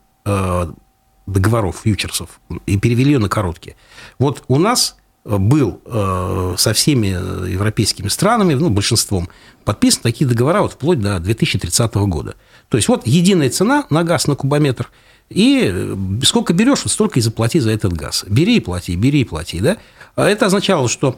договоров, фьючерсов, и перевели ее на короткие. Вот у нас был со всеми европейскими странами, большинством, подписаны такие договора вплоть до 2030 года. То есть, вот единая цена на газ на кубометр, и сколько берешь, столько и заплати за этот газ. Бери и плати, да? Это означало, что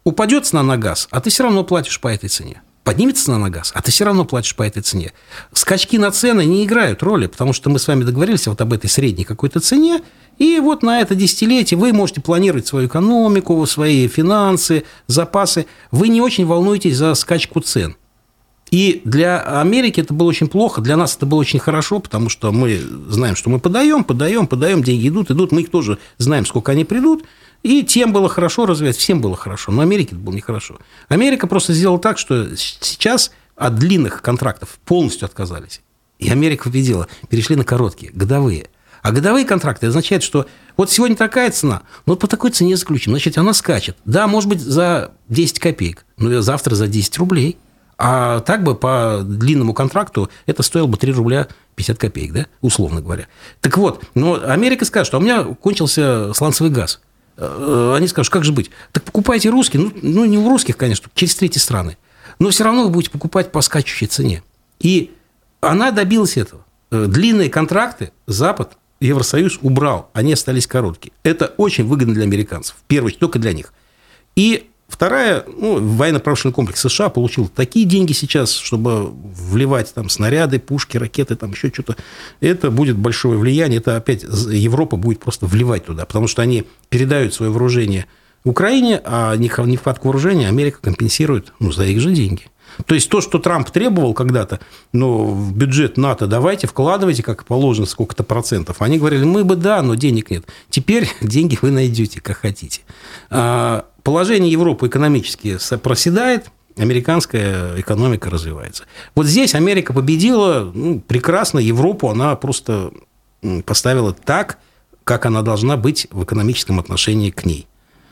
Упадет цена на газ, а ты все равно платишь по этой цене. Поднимется цена на газ, а ты все равно платишь по этой цене. Скачки на цены не играют роли, потому что мы с вами договорились вот об этой средней какой-то цене, и вот на это десятилетие вы можете планировать свою экономику, свои финансы, запасы. Вы не очень волнуетесь за скачку цен. И для Америки это было очень плохо, для нас это было очень хорошо, потому что мы знаем, что мы подаем, деньги идут, мы их тоже знаем, сколько они придут, и тем было хорошо развивать, всем было хорошо, но Америке это было нехорошо. Америка просто сделала так, что сейчас от длинных контрактов полностью отказались, и Америка победила, перешли на короткие, годовые. А годовые контракты означают, что вот сегодня такая цена, но вот по такой цене заключим, значит, она скачет. Да, может быть, за 10 копеек, но завтра за 10 рублей. А так бы по длинному контракту это стоило бы 3 рубля 50 копеек, да, условно говоря. Так вот, но Америка скажет, что у меня кончился сланцевый газ. Они скажут, как же быть? Так покупайте русский, ну не у русских, конечно, через третьи страны, но все равно вы будете покупать по скачущей цене. И она добилась этого. Длинные контракты Запад, Евросоюз убрал, они остались короткие. Это очень выгодно для американцев, в первую очередь, только для них. И вторая, военно-промышленный комплекс США получил такие деньги сейчас, чтобы вливать там снаряды, пушки, ракеты, там еще что-то. Это будет большое влияние. Это опять Европа будет просто вливать туда, потому что они передают свое вооружение Украине, а нехватку вооружения Америка компенсирует за их же деньги. То есть то, что Трамп требовал когда-то, в бюджет НАТО давайте, вкладывайте, как положено, сколько-то процентов. Они говорили, мы бы да, но денег нет. Теперь деньги вы найдете, как хотите. Положение Европы экономически проседает, американская экономика развивается. Вот здесь Америка победила прекрасно, Европу она просто поставила так, как она должна быть в экономическом отношении к ней.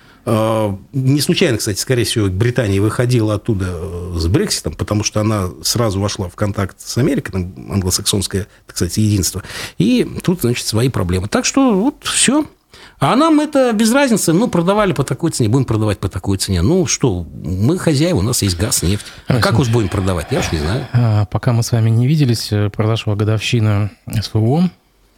Не случайно, кстати, скорее всего, Британия выходила оттуда с Брекситом, потому что она сразу вошла в контакт с Америкой, там англосаксонское, так сказать, единство. И тут, значит, свои проблемы. Так что вот все. А нам это без разницы. Продавали по такой цене, будем продавать по такой цене. Что, мы хозяева, у нас есть газ, нефть. А как уж будем продавать, я уж не знаю. Пока мы с вами не виделись, произошла годовщина СВО.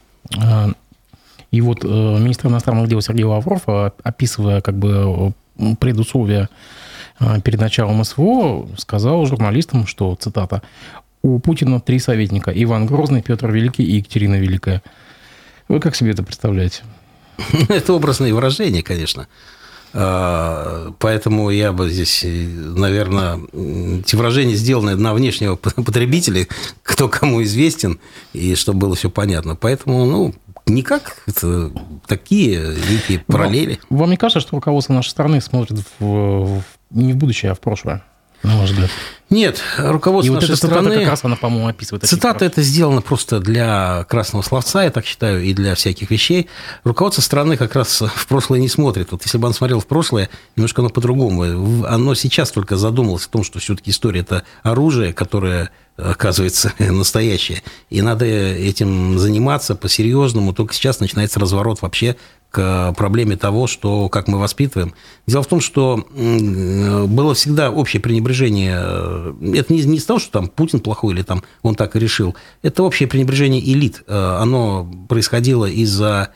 И вот министр иностранных дел Сергей Лавров, описывая предусловия перед началом СВО, сказал журналистам, что, цитата, «У Путина 3 советника – Иван Грозный, Петр Великий и Екатерина Великая». Вы как себе это представляете? Это образные выражения, конечно. Поэтому я бы здесь, наверное, эти выражения сделаны на внешнего потребителя, кто кому известен, и чтобы было все понятно. Поэтому, никак, это такие великие параллели. Но вам не кажется, что руководство нашей страны смотрит не в будущее, а в прошлое, на ваш взгляд? Нет, руководство нашей страны... Цитата как раз она, по-моему, описывает. Цитата это сделана просто для красного словца, я так считаю, и для всяких вещей. Руководство страны как раз в прошлое не смотрит. Вот если бы оно смотрело в прошлое, немножко оно по-другому. Оно сейчас только задумалось о том, что все-таки история – это оружие, которое, оказывается, настоящее. И надо этим заниматься по-серьезному. Только сейчас начинается разворот вообще к проблеме того, как мы воспитываем. Дело в том, что было всегда общее пренебрежение. Это не из-за того, что там Путин плохой или там он так и решил. Это общее пренебрежение элит. Оно происходило из-за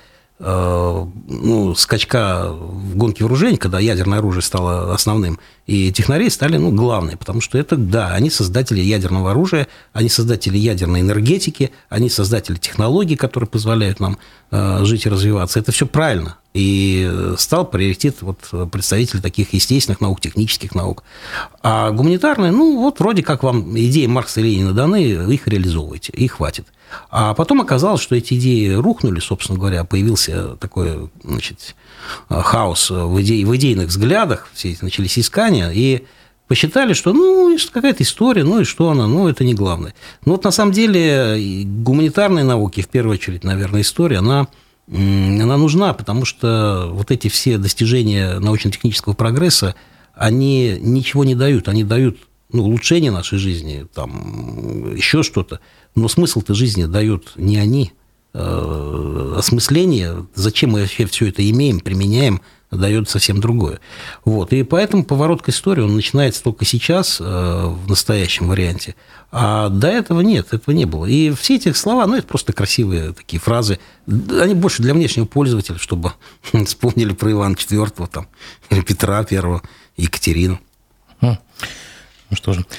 скачка в гонке вооружений, когда ядерное оружие стало основным, и технари стали главные, потому что это, да, они создатели ядерного оружия, они создатели ядерной энергетики, они создатели технологий, которые позволяют нам жить и развиваться. Это все правильно. И стал приоритет представителей таких естественных наук, технических наук. А гуманитарные, вроде как вам идеи Маркса и Ленина даны, их реализовывайте, и хватит. А потом оказалось, что эти идеи рухнули, собственно говоря, появился такой, хаос в идейных взглядах, все эти начались искания, и посчитали, что, какая-то история, и что она, это не главное. Но на самом деле гуманитарные науки, в первую очередь, наверное, история, она нужна, потому что эти все достижения научно-технического прогресса, они ничего не дают, они дают улучшение нашей жизни, там, еще что-то, но смысл-то жизни дают не они, осмысление, зачем мы вообще все это имеем, применяем, дает совсем другое. И поэтому поворот к истории, он начинается только сейчас, в настоящем варианте, а до этого нет, этого не было. И все эти слова, это просто красивые такие фразы, они больше для внешнего пользователя, чтобы вспомнили про Ивана IV там, или Петра I. Екатерину. Ну что же,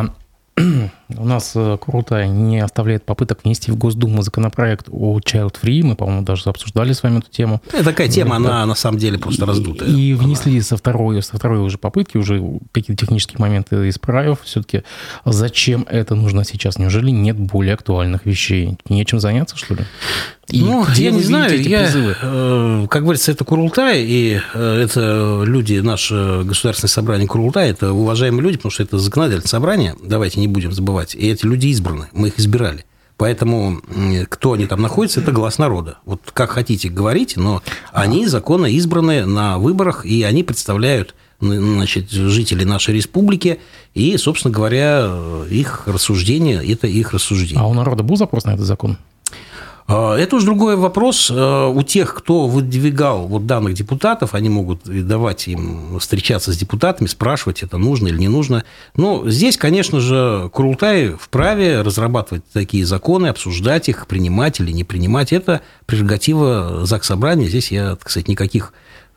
у нас Курултай не оставляет попыток внести в Госдуму законопроект о child-free. Мы, по-моему, даже обсуждали с вами эту тему. Это такая тема, она на самом деле просто раздутая. И внесли со второй уже попытки, уже какие-то технические моменты исправив. Все-таки зачем это нужно сейчас? Неужели нет более актуальных вещей? Нечем заняться, что ли? Я не знаю, как говорится, это Курултай, и это люди, наше Государственное собрание Курултай, это уважаемые люди, потому что это законодательное собрание, давайте не будем забывать, и эти люди избраны, мы их избирали. Поэтому кто они там находятся, это глас народа. Вот как хотите говорите, но они законно избраны на выборах, и они представляют, значит, жителей нашей республики, и, собственно говоря, их рассуждения – это их рассуждения. А у народа был запрос на этот закон? Это уже другой вопрос. У тех, кто выдвигал вот данных депутатов, они могут давать им встречаться с депутатами, спрашивать, это нужно или не нужно. Но здесь, конечно же, Курултай вправе разрабатывать такие законы, обсуждать их, принимать или не принимать. Это прерогатива Заксобрания. Здесь я, кстати, никаких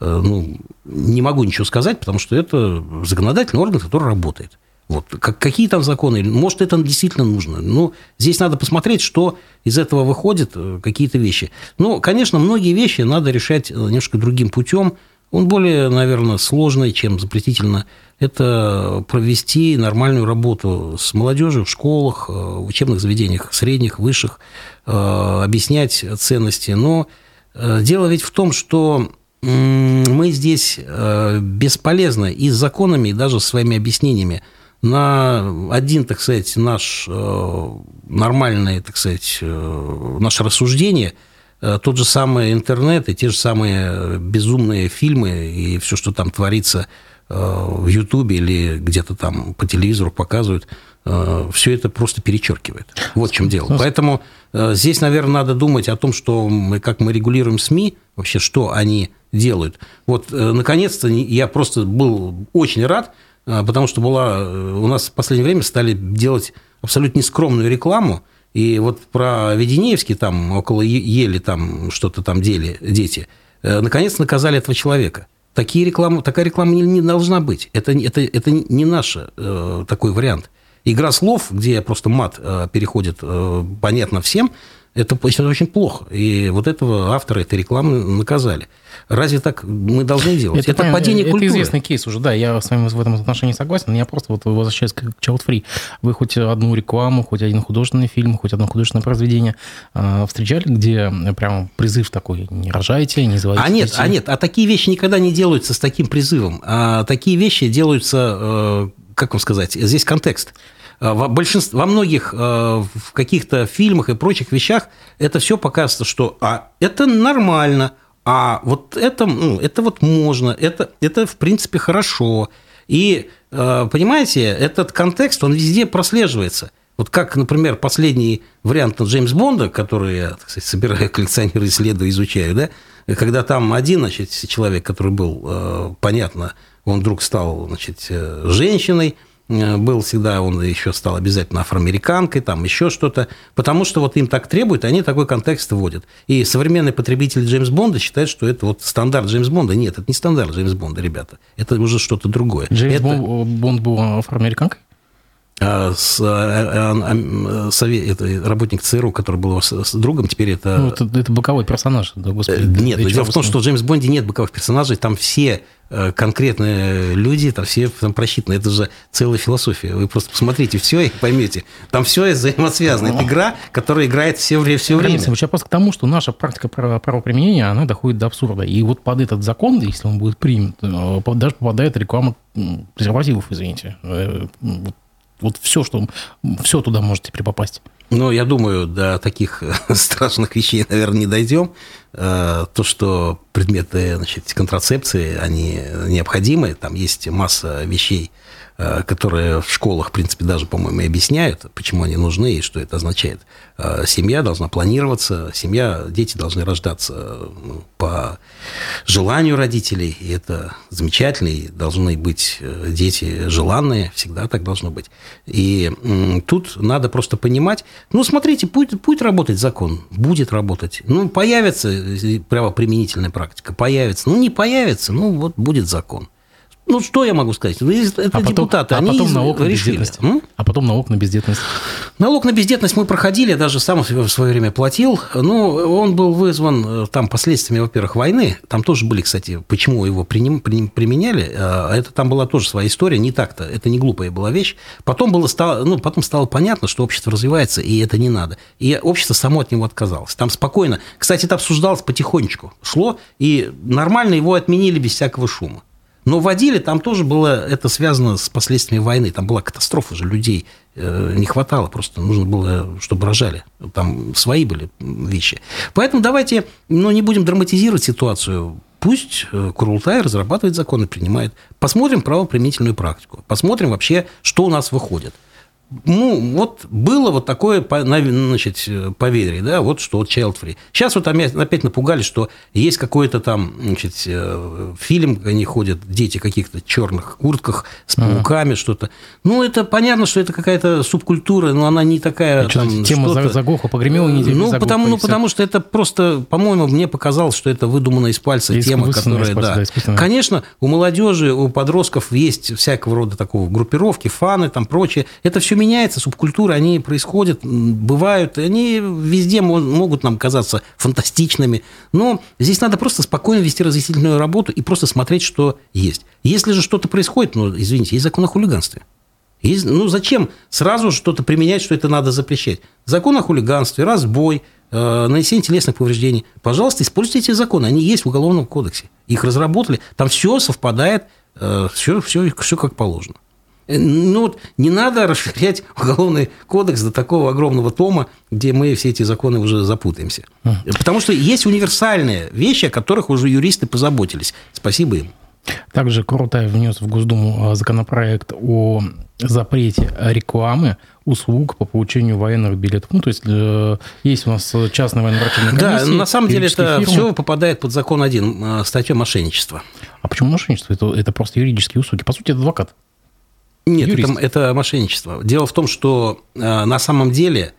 не могу ничего сказать, потому что это законодательный орган, который работает. Вот. Какие там законы? Может, это действительно нужно. Но здесь надо посмотреть, что из этого выходит, какие-то вещи. Ну, конечно, многие вещи надо решать немножко другим путем. Он более, наверное, сложный, чем запретительно. Это провести нормальную работу с молодежью в школах, в учебных заведениях средних, высших, объяснять ценности. Но дело ведь в том, что мы здесь бесполезно и с законами, и даже своими объяснениями на один, так сказать, наш нормальный, так сказать, наше рассуждение, тот же самый интернет и те же самые безумные фильмы и все, что там творится в Ютубе или где-то там по телевизору показывают, все это просто перечеркивает. Вот в чем дело. Поэтому здесь, наверное, надо думать о том, что как мы регулируем СМИ, вообще, что они делают. Вот, наконец-то, я просто был очень рад, потому что у нас в последнее время стали делать абсолютно нескромную рекламу, и вот про Веденеевский, там, около ели, там, что-то там делали дети, наконец наказали этого человека. Такая реклама не должна быть. Это не наш такой вариант. Игра слов, где просто мат переходит понятно всем, это очень плохо. И вот этого автора этой рекламы наказали. Разве так мы должны делать? Это падение культуры. Это известный кейс уже, да, я с вами в этом отношении согласен. Я просто вот возвращаюсь к child-free. Вы хоть одну рекламу, хоть один художественный фильм, хоть одно художественное произведение встречали, где прямо призыв такой: не рожайте, не заводите детей? Нет, такие вещи никогда не делаются с таким призывом. Такие вещи делаются, как вам сказать, здесь контекст. Во многих в каких-то фильмах и прочих вещах это все показывается, что это нормально, вот это вот можно, это в принципе хорошо. И, понимаете, этот контекст, он везде прослеживается. Вот как, например, последний вариант Джеймса Бонда, который я, так сказать, собираю, коллекционирую, исследую, изучаю, да, когда там один, значит, человек, который был, понятно, он вдруг стал, значит, женщиной, был всегда, он еще стал обязательно афроамериканкой, там еще что-то, потому что вот им так требуют, они такой контекст вводят. И современный потребитель Джеймса Бонда считает, что это вот стандарт Джеймса Бонда. Нет, это не стандарт Джеймса Бонда, ребята. Это уже что-то другое. Бонд был афроамериканкой? Работник ЦРУ, который был с другом, теперь это... Это боковой персонаж. Да, господи, нет, дело в том, что в Джеймс Бонде нет боковых персонажей, там все конкретные люди, там все там просчитаны. Это же целая философия. Вы просто посмотрите все и поймете. Там все взаимосвязано. Это игра, которая играет все время. Я просто к тому, что наша практика правоприменения, она доходит до абсурда. И вот под этот закон, если он будет принят, даже попадает реклама презервативов, извините. Вот все туда может теперь попасть. Ну, я думаю, до таких страшных вещей, наверное, не дойдем. То, что предметы, значит, контрацепции, они необходимы. Там есть масса вещей, которые в школах, в принципе, даже, по-моему, и объясняют, почему они нужны и что это означает. Семья должна планироваться, дети должны рождаться по желанию родителей, и это замечательно, и должны быть дети желанные, всегда так должно быть. И тут надо просто понимать, смотрите, будет работать закон, будет работать, появится правоприменительная практика, появится, не появится, вот будет закон. Ну, что я могу сказать? Это депутаты, они решили. А потом налог на бездетность. Налог на бездетность мы проходили, я даже сам в свое время платил. Ну, он был вызван там последствиями, во-первых, войны. Там тоже были, кстати, почему его применяли. Это там была тоже своя история, не так-то. Это не глупая была вещь. Потом стало понятно, что общество развивается, и это не надо. И общество само от него отказалось. Там спокойно. Кстати, это обсуждалось потихонечку. Шло, и нормально его отменили без всякого шума. Но вводили, там тоже было это связано с последствиями войны. Там была катастрофа же, людей не хватало, просто нужно было, чтобы рожали. Там свои были вещи. Поэтому давайте не будем драматизировать ситуацию. Пусть Курултай разрабатывает законы, принимает. Посмотрим правоприменительную практику. Посмотрим вообще, что у нас выходит. Ну, вот было вот такое, значит, поверье, да, вот что вот child free. Сейчас вот опять напугали, что есть какой-то там, значит, фильм, они ходят, дети в каких-то черных куртках с пауками, что-то. Ну, это понятно, что это какая-то субкультура, но она не такая... Там, тема заглохла, погремела неделю. Потому что это просто, по-моему, мне показалось, что это выдуманная из пальца тема, которая... Да. Конечно, у молодежи, у подростков есть всякого рода такого группировки, фаны, там прочее. Это все меняется, субкультуры, они происходят, бывают, они везде могут нам казаться фантастичными, но здесь надо просто спокойно вести разъяснительную работу и просто смотреть, что есть. Если же что-то происходит, извините, есть закон о хулиганстве. Зачем сразу что-то применять, что это надо запрещать? Закон о хулиганстве, разбой, нанесение телесных повреждений. Пожалуйста, используйте эти законы, они есть в Уголовном кодексе. Их разработали, там все совпадает, все как положено. Не надо расширять Уголовный кодекс до такого огромного тома, где мы все эти законы уже запутаемся. Потому что есть универсальные вещи, о которых уже юристы позаботились. Спасибо им. Также Курултай внес в Госдуму законопроект о запрете рекламы услуг по получению военных билетов. То есть, есть у нас частная военно-врачебная комиссия. Да, на самом деле это все попадает под закон 1, статью мошенничества. А почему мошенничество? Это просто юридические услуги. По сути, это адвокат. Нет, это мошенничество. Дело в том, что на самом деле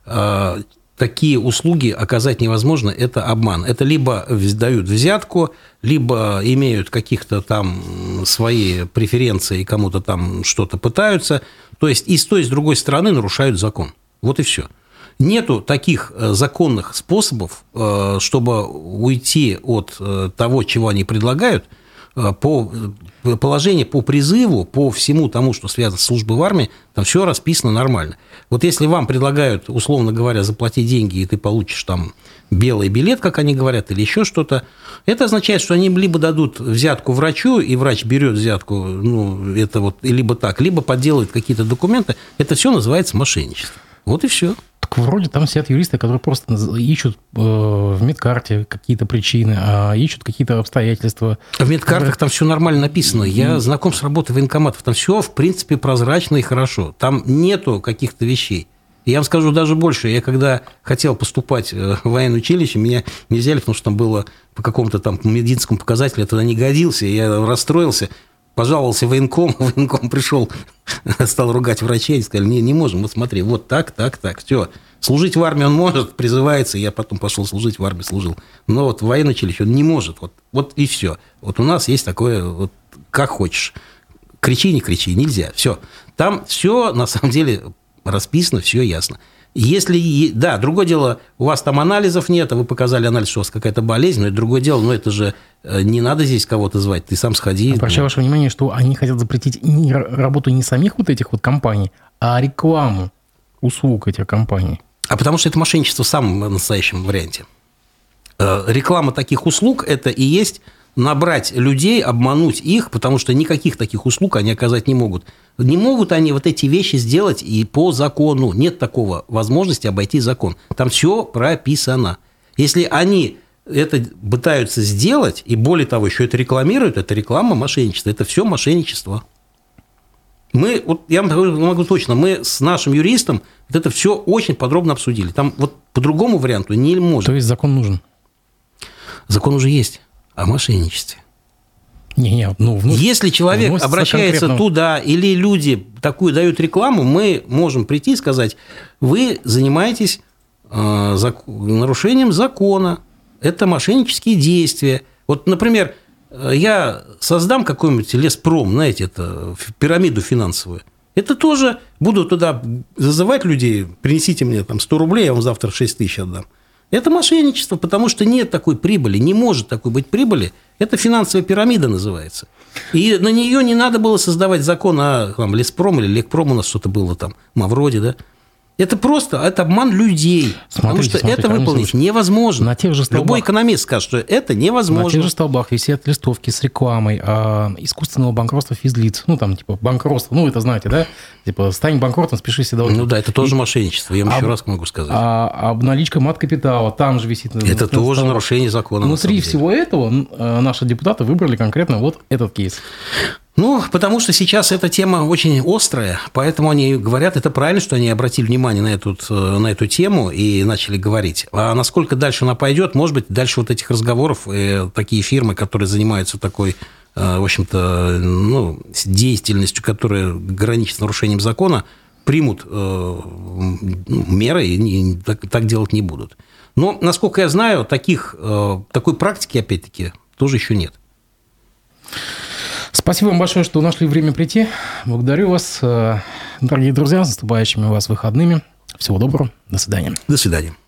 такие услуги оказать невозможно, это обман. Это либо дают взятку, либо имеют каких-то там свои преференции и кому-то там что-то пытаются. То есть и с той, и с другой стороны нарушают закон. Вот и все. Нету таких законных способов, чтобы уйти от того, чего они предлагают, по положению по призыву, по всему тому, что связано с службой в армии, там все расписано нормально. Вот если вам предлагают, условно говоря, заплатить деньги, и ты получишь там белый билет, как они говорят, или еще что-то, это означает, что они либо дадут взятку врачу, и врач берет взятку, это вот, либо так, либо подделывает какие-то документы. Это все называется мошенничество. Вот и все. Так вроде там сидят юристы, которые просто ищут в медкарте какие-то причины, ищут какие-то обстоятельства. В медкартах там все нормально написано. Я знаком с работой военкоматов. Там все, в принципе, прозрачно и хорошо. Там нету каких-то вещей. Я вам скажу даже больше. Я когда хотел поступать в военное училище, меня не взяли, потому что там было по какому-то там медицинскому показателю, я туда не годился, я расстроился. Пожаловался в военком пришел, стал ругать врачей, сказали, не можем, вот смотри, вот так, все. Служить в армии он может, призывается, я потом пошел служить в армии, служил. Но вот в военное училище он не может, вот и все. Вот у нас есть такое, вот как хочешь, кричи, не кричи, нельзя, все. Там все на самом деле расписано, все ясно. Если, да, другое дело, у вас там анализов нет, а вы показали анализ, что у вас какая-то болезнь, но это другое дело, но это же не надо здесь кого-то звать, ты сам сходи. Обращаю ваше внимание, что они хотят запретить работу не самих вот этих вот компаний, а рекламу услуг этих компаний. А потому что это мошенничество в самом настоящем варианте. Реклама таких услуг – это и есть набрать людей, обмануть их, потому что никаких таких услуг они оказать не могут. Не могут они вот эти вещи сделать и по закону. Нет такого возможности обойти закон. Там все прописано. Если они это пытаются сделать, и более того, еще это рекламируют, это реклама мошенничества. Это все мошенничество. Я могу точно, мы с нашим юристом вот это все очень подробно обсудили. Там вот по другому варианту не может. То есть закон нужен? Закон уже есть о мошенничестве. Если человек обращается туда, или люди такую дают рекламу, мы можем прийти и сказать, вы занимаетесь нарушением закона, это мошеннические действия. Вот, например, я создам какой-нибудь леспром, знаете, это пирамиду финансовую. Это тоже буду туда зазывать людей, принесите мне там 100 рублей, я вам завтра 6 тысяч отдам. Это мошенничество, потому что нет такой прибыли, не может такой быть прибыли. Это финансовая пирамида называется. И на нее не надо было создавать закон о леспром или лекпром, у нас что-то было там, Мавроди, да? Это просто обман людей, потому что это выполнить невозможно. На тех же столбах, любой экономист скажет, что это невозможно. На тех же столбах висят листовки с рекламой искусственного банкротства физлиц. Ну, там, типа, банкротство, ну, это знаете, да? Типа, стань банкротом, спеши себе долги. Ну, да, это тоже мошенничество, я вам еще раз могу сказать. А наличка мат-капитала, там же висит. Это тоже нарушение закона. Внутри всего этого наши депутаты выбрали конкретно вот этот кейс. Ну, потому что сейчас эта тема очень острая, поэтому они говорят, это правильно, что они обратили внимание на эту тему и начали говорить. А насколько дальше она пойдет, может быть, дальше вот этих разговоров такие фирмы, которые занимаются такой, в общем-то, деятельностью, которая граничит с нарушением закона, примут меры и так делать не будут. Но, насколько я знаю, такой практики, опять-таки, тоже еще нет. Спасибо вам большое, что нашли время прийти. Благодарю вас, дорогие друзья, с наступающими вас выходными. Всего доброго. До свидания. До свидания.